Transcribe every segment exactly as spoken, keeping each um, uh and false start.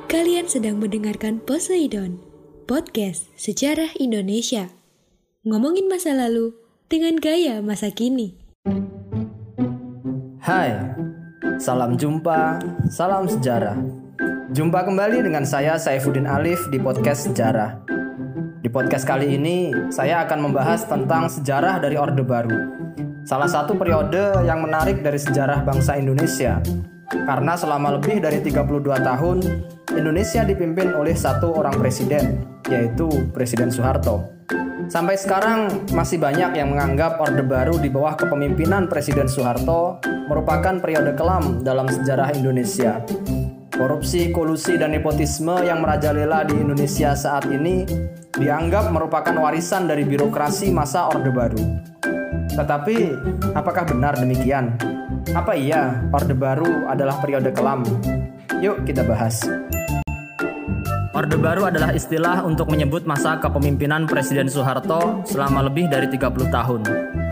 Kalian sedang mendengarkan Poseidon, podcast sejarah Indonesia. Ngomongin masa lalu dengan gaya masa kini. Hai, salam jumpa, salam sejarah. Jumpa kembali dengan saya Saifuddin Alif di podcast sejarah. Di podcast kali ini, saya akan membahas tentang sejarah dari Orde Baru. Salah satu periode yang menarik dari sejarah bangsa Indonesia. Karena selama lebih dari tiga puluh dua tahun, Indonesia dipimpin oleh satu orang presiden, yaitu Presiden Soeharto. Sampai sekarang masih banyak yang menganggap Orde Baru di bawah kepemimpinan Presiden Soeharto merupakan periode kelam dalam sejarah Indonesia. Korupsi, kolusi, dan nepotisme yang merajalela di Indonesia saat ini dianggap merupakan warisan dari birokrasi masa Orde Baru. Tetapi, apakah benar demikian? Apa iya Orde Baru adalah periode kelam? Yuk kita bahas. Orde Baru adalah istilah untuk menyebut masa kepemimpinan Presiden Soeharto selama lebih dari tiga puluh tahun.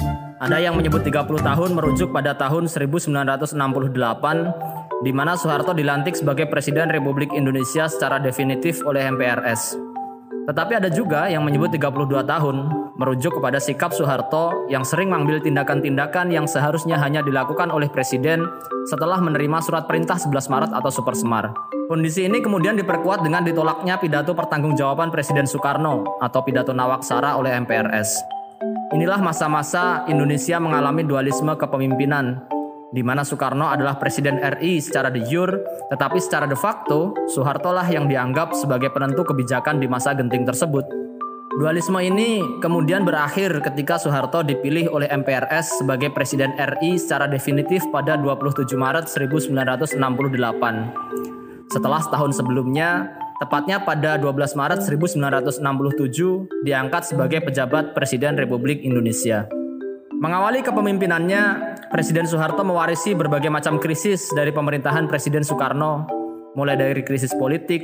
Ada yang menyebut tiga puluh tahun merujuk pada tahun seribu sembilan ratus enam puluh delapan, di mana Soeharto dilantik sebagai Presiden Republik Indonesia secara definitif oleh M P R S. Tetapi ada juga yang menyebut tiga puluh dua tahun, merujuk kepada sikap Soeharto yang sering mengambil tindakan-tindakan yang seharusnya hanya dilakukan oleh Presiden setelah menerima surat perintah sebelas Maret atau Supersemar. Kondisi ini kemudian diperkuat dengan ditolaknya pidato pertanggungjawaban Presiden Soekarno atau pidato Nawaksara oleh M P R S. Inilah masa-masa Indonesia mengalami dualisme kepemimpinan, di mana Soekarno adalah Presiden R I secara de jure, tetapi secara de facto, Soeharto lah yang dianggap sebagai penentu kebijakan di masa genting tersebut. Dualisme ini kemudian berakhir ketika Soeharto dipilih oleh M P R S sebagai Presiden R I secara definitif pada dua puluh tujuh Maret seribu sembilan ratus enam puluh delapan. Setelah setahun sebelumnya, tepatnya pada dua belas Maret seribu sembilan ratus enam puluh tujuh, diangkat sebagai pejabat Presiden Republik Indonesia. Mengawali kepemimpinannya, Presiden Soeharto mewarisi berbagai macam krisis dari pemerintahan Presiden Soekarno, mulai dari krisis politik,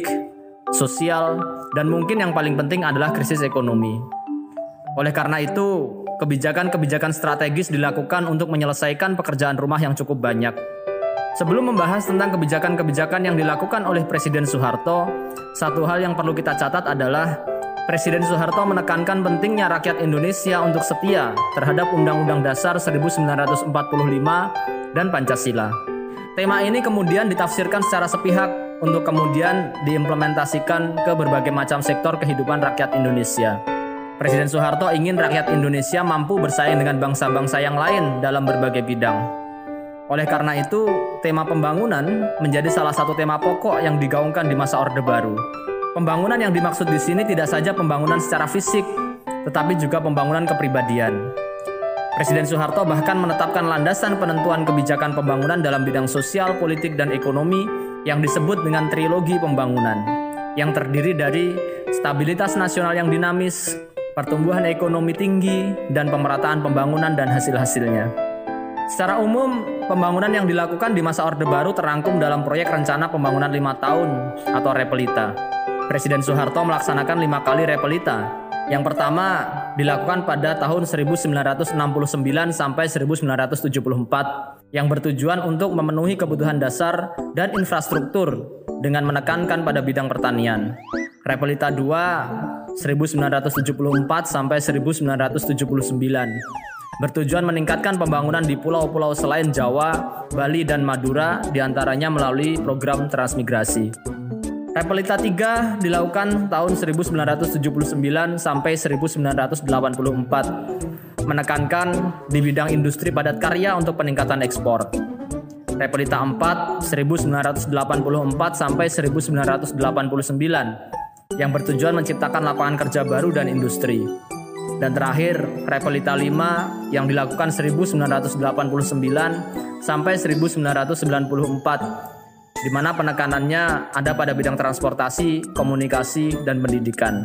sosial, dan mungkin yang paling penting adalah krisis ekonomi. Oleh karena itu, kebijakan-kebijakan strategis dilakukan untuk menyelesaikan pekerjaan rumah yang cukup banyak. Sebelum membahas tentang kebijakan-kebijakan yang dilakukan oleh Presiden Soeharto, satu hal yang perlu kita catat adalah Presiden Soeharto menekankan pentingnya rakyat Indonesia untuk setia terhadap Undang-Undang Dasar seribu sembilan ratus empat puluh lima dan Pancasila. Tema ini kemudian ditafsirkan secara sepihak untuk kemudian diimplementasikan ke berbagai macam sektor kehidupan rakyat Indonesia. Presiden Soeharto ingin rakyat Indonesia mampu bersaing dengan bangsa-bangsa yang lain dalam berbagai bidang. Oleh karena itu, tema pembangunan menjadi salah satu tema pokok yang digaungkan di masa Orde Baru. Pembangunan yang dimaksud di sini tidak saja pembangunan secara fisik, tetapi juga pembangunan kepribadian. Presiden Soeharto bahkan menetapkan landasan penentuan kebijakan pembangunan dalam bidang sosial, politik, dan ekonomi yang disebut dengan trilogi pembangunan, yang terdiri dari stabilitas nasional yang dinamis, pertumbuhan ekonomi tinggi, dan pemerataan pembangunan dan hasil-hasilnya. Secara umum, pembangunan yang dilakukan di masa Orde Baru terangkum dalam proyek rencana pembangunan lima tahun atau Repelita. Presiden Soeharto melaksanakan lima kali Repelita. Yang pertama dilakukan pada tahun seribu sembilan ratus enam puluh sembilan sampai seribu sembilan ratus tujuh puluh empat yang bertujuan untuk memenuhi kebutuhan dasar dan infrastruktur dengan menekankan pada bidang pertanian. Repelita dua seribu sembilan ratus tujuh puluh empat sampai seribu sembilan ratus tujuh puluh sembilan bertujuan meningkatkan pembangunan di pulau-pulau selain Jawa, Bali, dan Madura diantaranya melalui program transmigrasi. Repelita tiga dilakukan tahun seribu sembilan ratus tujuh puluh sembilan sampai seribu sembilan ratus delapan puluh empat, menekankan di bidang industri padat karya untuk peningkatan ekspor. Repelita empat seribu sembilan ratus delapan puluh empat sampai seribu sembilan ratus delapan puluh sembilan yang bertujuan menciptakan lapangan kerja baru dan industri. Dan terakhir, Repelita lima yang dilakukan seribu sembilan ratus delapan puluh sembilan sampai seribu sembilan ratus sembilan puluh empat, di mana penekanannya ada pada bidang transportasi, komunikasi, dan pendidikan.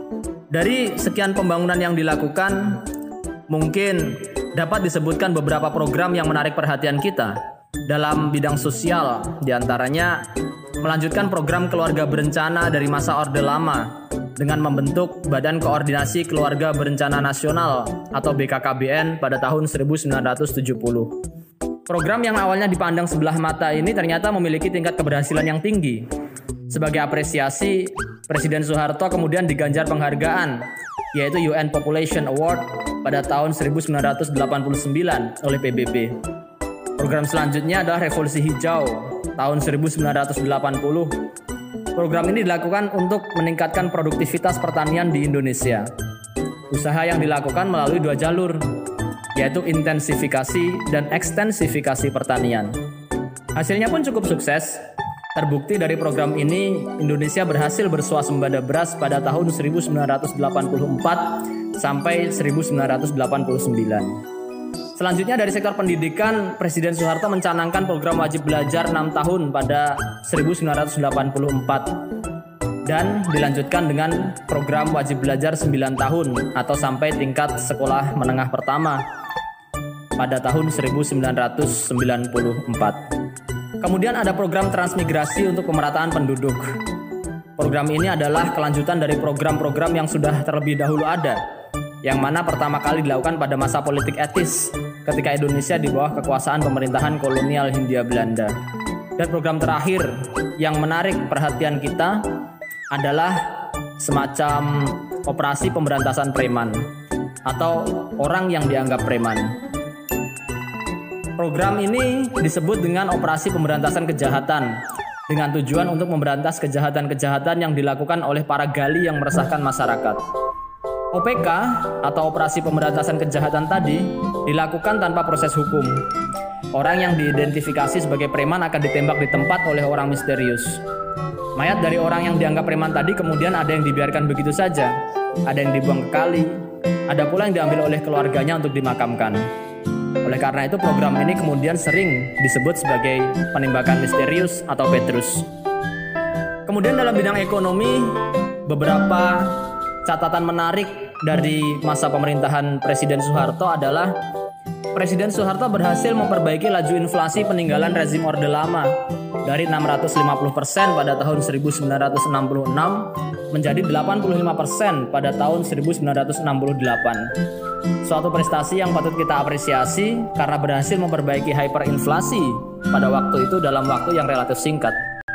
Dari sekian pembangunan yang dilakukan, mungkin dapat disebutkan beberapa program yang menarik perhatian kita. Dalam bidang sosial, diantaranya melanjutkan program keluarga berencana dari masa Orde Lama dengan membentuk Badan Koordinasi Keluarga Berencana Nasional atau B K K B N pada tahun seribu sembilan ratus tujuh puluh. Program yang awalnya dipandang sebelah mata ini ternyata memiliki tingkat keberhasilan yang tinggi. Sebagai apresiasi, Presiden Soeharto kemudian diganjar penghargaan, yaitu U N Population Award pada tahun seribu sembilan ratus delapan puluh sembilan oleh P B B. Program selanjutnya adalah Revolusi Hijau tahun seribu sembilan ratus delapan puluh. Program ini dilakukan untuk meningkatkan produktivitas pertanian di Indonesia. Usaha yang dilakukan melalui dua jalur, yaitu intensifikasi dan ekstensifikasi pertanian. Hasilnya pun cukup sukses. Terbukti dari program ini, Indonesia berhasil bersuasembada beras pada tahun seribu sembilan ratus delapan puluh empat sampai seribu sembilan ratus delapan puluh sembilan. Selanjutnya dari sektor pendidikan, Presiden Soeharto mencanangkan program wajib belajar enam tahun pada seribu sembilan ratus delapan puluh empat dan dilanjutkan dengan program wajib belajar sembilan tahun atau sampai tingkat sekolah menengah pertama pada tahun seribu sembilan ratus sembilan puluh empat. Kemudian ada program transmigrasi untuk pemerataan penduduk. Program ini adalah kelanjutan dari program-program yang sudah terlebih dahulu ada, yang mana pertama kali dilakukan pada masa politik etis ketika Indonesia di bawah kekuasaan pemerintahan kolonial Hindia Belanda. Dan program terakhir yang menarik perhatian kita adalah semacam operasi pemberantasan preman atau orang yang dianggap preman. Program ini disebut dengan Operasi Pemberantasan Kejahatan dengan tujuan untuk memberantas kejahatan-kejahatan yang dilakukan oleh para gali yang meresahkan masyarakat. O P K atau Operasi Pemberantasan Kejahatan tadi dilakukan tanpa proses hukum. Orang yang diidentifikasi sebagai preman akan ditembak di tempat oleh orang misterius. Mayat dari orang yang dianggap preman tadi kemudian ada yang dibiarkan begitu saja, ada yang dibuang ke kali, ada pula yang diambil oleh keluarganya untuk dimakamkan. Oleh karena itu program ini kemudian sering disebut sebagai penembakan misterius atau Petrus. Kemudian dalam bidang ekonomi, beberapa catatan menarik dari masa pemerintahan Presiden Soeharto adalah Presiden Soeharto berhasil memperbaiki laju inflasi peninggalan rezim Orde Lama dari enam ratus lima puluh persen pada tahun seribu sembilan ratus enam puluh enam menjadi delapan puluh lima persen pada tahun seribu sembilan ratus enam puluh delapan. Suatu prestasi yang patut kita apresiasi karena berhasil memperbaiki hyperinflasi pada waktu itu dalam waktu yang relatif singkat.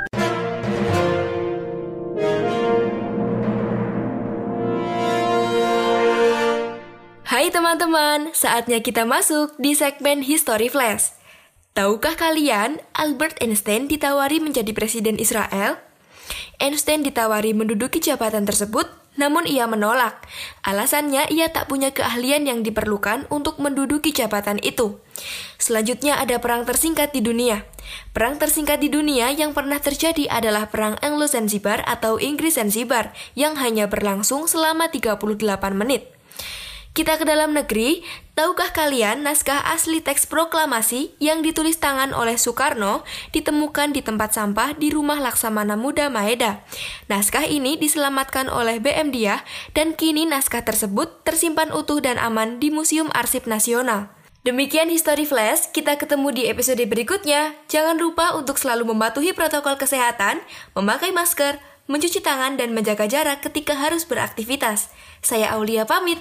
Hai teman-teman, saatnya kita masuk di segmen History Flash. Tahukah kalian Albert Einstein ditawari menjadi presiden Israel? Einstein ditawari menduduki jabatan tersebut, namun ia menolak. Alasannya ia tak punya keahlian yang diperlukan untuk menduduki jabatan itu. Selanjutnya ada perang tersingkat di dunia. Perang tersingkat di dunia yang pernah terjadi adalah Perang Anglo-Zanzibar atau Inggris-Zanzibar yang hanya berlangsung selama tiga puluh delapan menit. Kita ke dalam negeri, tahukah kalian naskah asli teks proklamasi yang ditulis tangan oleh Soekarno ditemukan di tempat sampah di rumah Laksamana Muda Maeda. Naskah ini diselamatkan oleh B M Diah dan kini naskah tersebut tersimpan utuh dan aman di Museum Arsip Nasional. Demikian History Flash, kita ketemu di episode berikutnya. Jangan lupa untuk selalu mematuhi protokol kesehatan, memakai masker, mencuci tangan, dan menjaga jarak ketika harus beraktivitas. Saya Aulia pamit.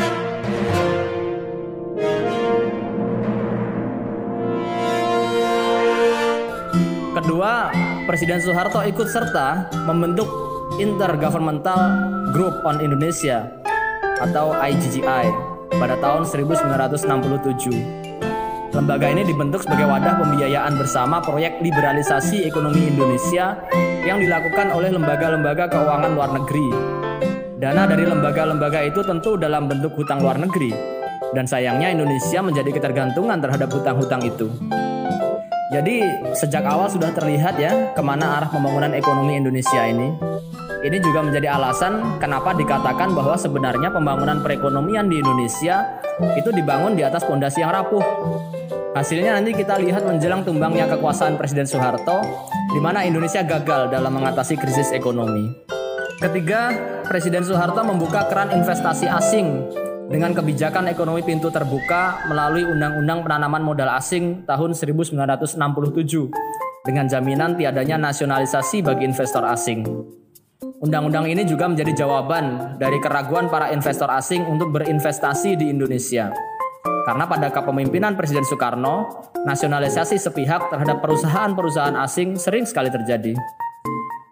Kedua, Presiden Soeharto ikut serta membentuk Intergovernmental Group on Indonesia atau I G G I pada tahun seribu sembilan ratus enam puluh tujuh. Lembaga ini dibentuk sebagai wadah pembiayaan bersama proyek liberalisasi ekonomi Indonesia yang dilakukan oleh lembaga-lembaga keuangan luar negeri. Dana dari lembaga-lembaga itu tentu dalam bentuk hutang luar negeri, dan sayangnya Indonesia menjadi ketergantungan terhadap hutang-hutang itu. Jadi sejak awal sudah terlihat ya kemana arah pembangunan ekonomi Indonesia ini. Ini juga menjadi alasan kenapa dikatakan bahwa sebenarnya pembangunan perekonomian di Indonesia itu dibangun di atas pondasi yang rapuh. Hasilnya nanti kita lihat menjelang tumbangnya kekuasaan Presiden Soeharto, di mana Indonesia gagal dalam mengatasi krisis ekonomi. Ketiga, Presiden Soeharto membuka keran investasi asing dengan kebijakan ekonomi pintu terbuka melalui Undang-Undang Penanaman Modal Asing tahun seribu sembilan ratus enam puluh tujuh dengan jaminan tiadanya nasionalisasi bagi investor asing. Undang-undang ini juga menjadi jawaban dari keraguan para investor asing untuk berinvestasi di Indonesia. Karena pada kepemimpinan Presiden Soekarno, nasionalisasi sepihak terhadap perusahaan-perusahaan asing sering sekali terjadi.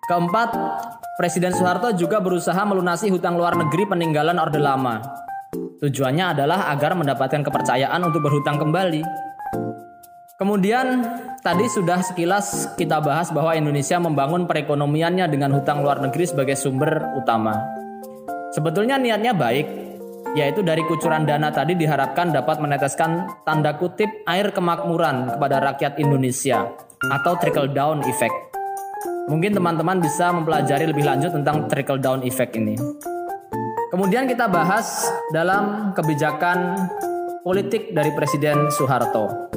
Keempat, Presiden Soeharto juga berusaha melunasi hutang luar negeri peninggalan Orde Lama. Tujuannya adalah agar mendapatkan kepercayaan untuk berhutang kembali. Kemudian, tadi sudah sekilas kita bahas bahwa Indonesia membangun perekonomiannya dengan hutang luar negeri sebagai sumber utama. Sebetulnya niatnya baik, yaitu dari kucuran dana tadi diharapkan dapat meneteskan tanda kutip air kemakmuran kepada rakyat Indonesia atau trickle down effect. Mungkin teman-teman bisa mempelajari lebih lanjut tentang trickle down effect ini. Kemudian kita bahas dalam kebijakan politik dari Presiden Soeharto.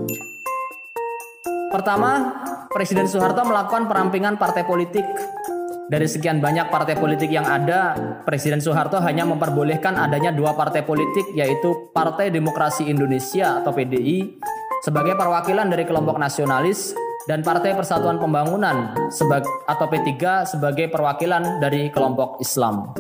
Pertama, Presiden Soeharto melakukan perampingan partai politik. Dari sekian banyak partai politik yang ada, Presiden Soeharto hanya memperbolehkan adanya dua partai politik, yaitu Partai Demokrasi Indonesia atau P D I sebagai perwakilan dari kelompok nasionalis dan Partai Persatuan Pembangunan atau P tiga sebagai perwakilan dari kelompok Islam.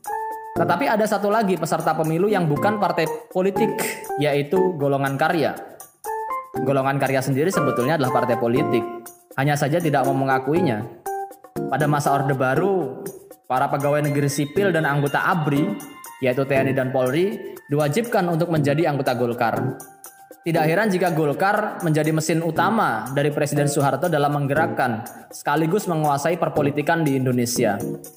Tetapi ada satu lagi peserta pemilu yang bukan partai politik, yaitu golongan karya. Golongan karya sendiri sebetulnya adalah partai politik, hanya saja tidak mau mengakuinya. Pada masa Orde Baru, para pegawai negeri sipil dan anggota A B R I, yaitu T N I dan Polri, diwajibkan untuk menjadi anggota Golkar. Tidak heran jika Golkar menjadi mesin utama dari Presiden Soeharto dalam menggerakkan sekaligus menguasai perpolitikan di Indonesia.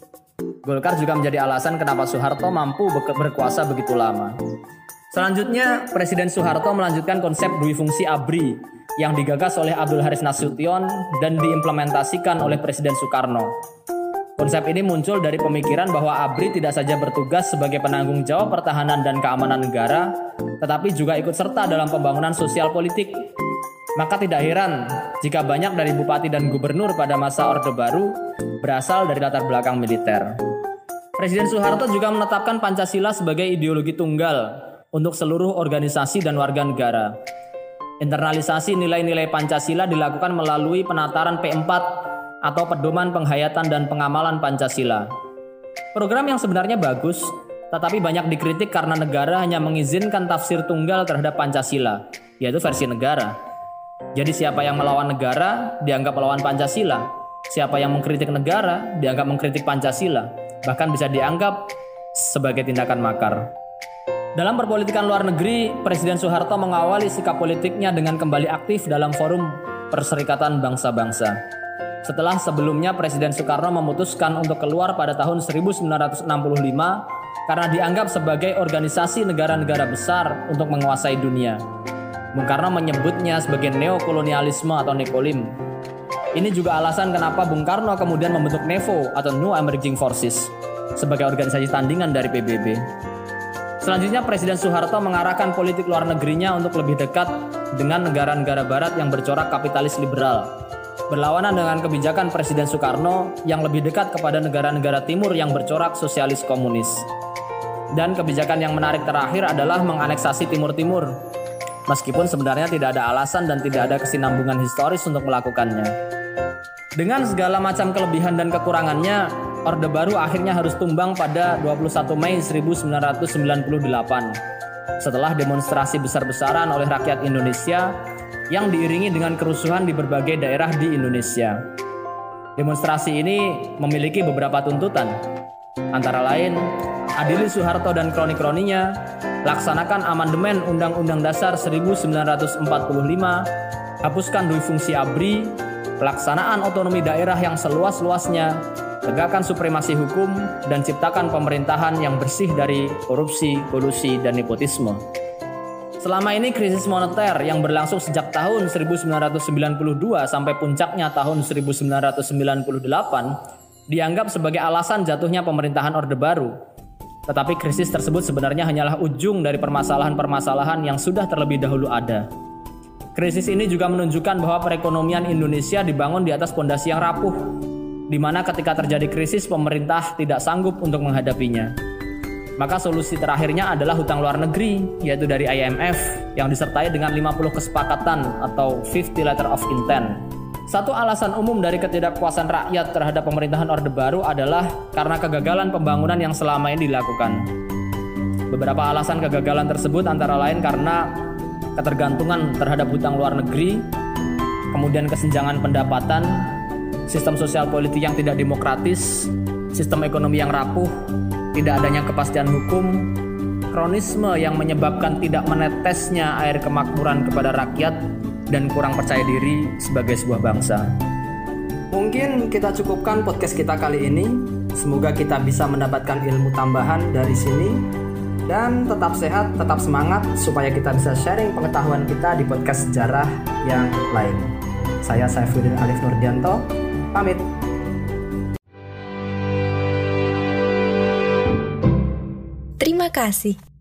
Golkar juga menjadi alasan kenapa Soeharto mampu berkuasa begitu lama. Selanjutnya, Presiden Soeharto melanjutkan konsep dui fungsi A B R I yang digagas oleh Abdul Haris Nasution dan diimplementasikan oleh Presiden Soekarno. Konsep ini muncul dari pemikiran bahwa A B R I tidak saja bertugas sebagai penanggung jawab pertahanan dan keamanan negara, tetapi juga ikut serta dalam pembangunan sosial politik. Maka tidak heran jika banyak dari bupati dan gubernur pada masa Orde Baru berasal dari latar belakang militer. Presiden Soeharto juga menetapkan Pancasila sebagai ideologi tunggal untuk seluruh organisasi dan warga negara. Internalisasi nilai-nilai Pancasila dilakukan melalui penataran P empat atau Pedoman Penghayatan dan Pengamalan Pancasila. Program yang sebenarnya bagus, tetapi banyak dikritik karena negara hanya mengizinkan tafsir tunggal terhadap Pancasila, yaitu versi negara. Jadi siapa yang melawan negara dianggap melawan Pancasila, siapa yang mengkritik negara dianggap mengkritik Pancasila, bahkan bisa dianggap sebagai tindakan makar. Dalam perpolitikan luar negeri, Presiden Soeharto mengawali sikap politiknya dengan kembali aktif dalam forum Perserikatan Bangsa-Bangsa. Setelah sebelumnya Presiden Soekarno memutuskan untuk keluar pada tahun seribu sembilan ratus enam puluh lima karena dianggap sebagai organisasi negara-negara besar untuk menguasai dunia. Bung Karno menyebutnya sebagai neokolonialisme atau nekolim. Ini juga alasan kenapa Bung Karno kemudian membentuk NEVO atau New Emerging Forces sebagai organisasi tandingan dari P B B. Selanjutnya Presiden Soeharto mengarahkan politik luar negerinya untuk lebih dekat dengan negara-negara barat yang bercorak kapitalis liberal, berlawanan dengan kebijakan Presiden Soekarno yang lebih dekat kepada negara-negara timur yang bercorak sosialis komunis. Dan kebijakan yang menarik terakhir adalah menganeksasi Timur-Timur, meskipun sebenarnya tidak ada alasan dan tidak ada kesinambungan historis untuk melakukannya. Dengan segala macam kelebihan dan kekurangannya, Orde Baru akhirnya harus tumbang pada dua puluh satu Mei seribu sembilan ratus sembilan puluh delapan setelah demonstrasi besar-besaran oleh rakyat Indonesia yang diiringi dengan kerusuhan di berbagai daerah di Indonesia. Demonstrasi ini memiliki beberapa tuntutan, antara lain adili Soeharto dan kroni-kroninya, laksanakan amandemen Undang-Undang Dasar seribu sembilan ratus empat puluh lima, hapuskan dui fungsi A B R I, pelaksanaan otonomi daerah yang seluas-luasnya, tegakkan supremasi hukum, dan ciptakan pemerintahan yang bersih dari korupsi, kolusi, dan nepotisme. Selama ini krisis moneter yang berlangsung sejak tahun seribu sembilan ratus sembilan puluh dua sampai puncaknya tahun seribu sembilan ratus sembilan puluh delapan dianggap sebagai alasan jatuhnya pemerintahan Orde Baru. Tetapi krisis tersebut sebenarnya hanyalah ujung dari permasalahan-permasalahan yang sudah terlebih dahulu ada. Krisis ini juga menunjukkan bahwa perekonomian Indonesia dibangun di atas pondasi yang rapuh, di mana ketika terjadi krisis pemerintah tidak sanggup untuk menghadapinya. Maka solusi terakhirnya adalah hutang luar negeri, yaitu dari I M F yang disertai dengan lima puluh kesepakatan atau fifty letter of intent. Satu alasan umum dari ketidakpuasan rakyat terhadap pemerintahan Orde Baru adalah karena kegagalan pembangunan yang selama ini dilakukan. Beberapa alasan kegagalan tersebut antara lain karena ketergantungan terhadap hutang luar negeri, kemudian kesenjangan pendapatan, sistem sosial politik yang tidak demokratis, sistem ekonomi yang rapuh, tidak adanya kepastian hukum, kronisme yang menyebabkan tidak menetesnya air kemakmuran kepada rakyat, dan kurang percaya diri sebagai sebuah bangsa. Mungkin kita cukupkan podcast kita kali ini. Semoga kita bisa mendapatkan ilmu tambahan dari sini. Dan tetap sehat, tetap semangat supaya kita bisa sharing pengetahuan kita di podcast sejarah yang lain. Saya Saifuddin Alif Nurdianto, pamit. Terima kasih.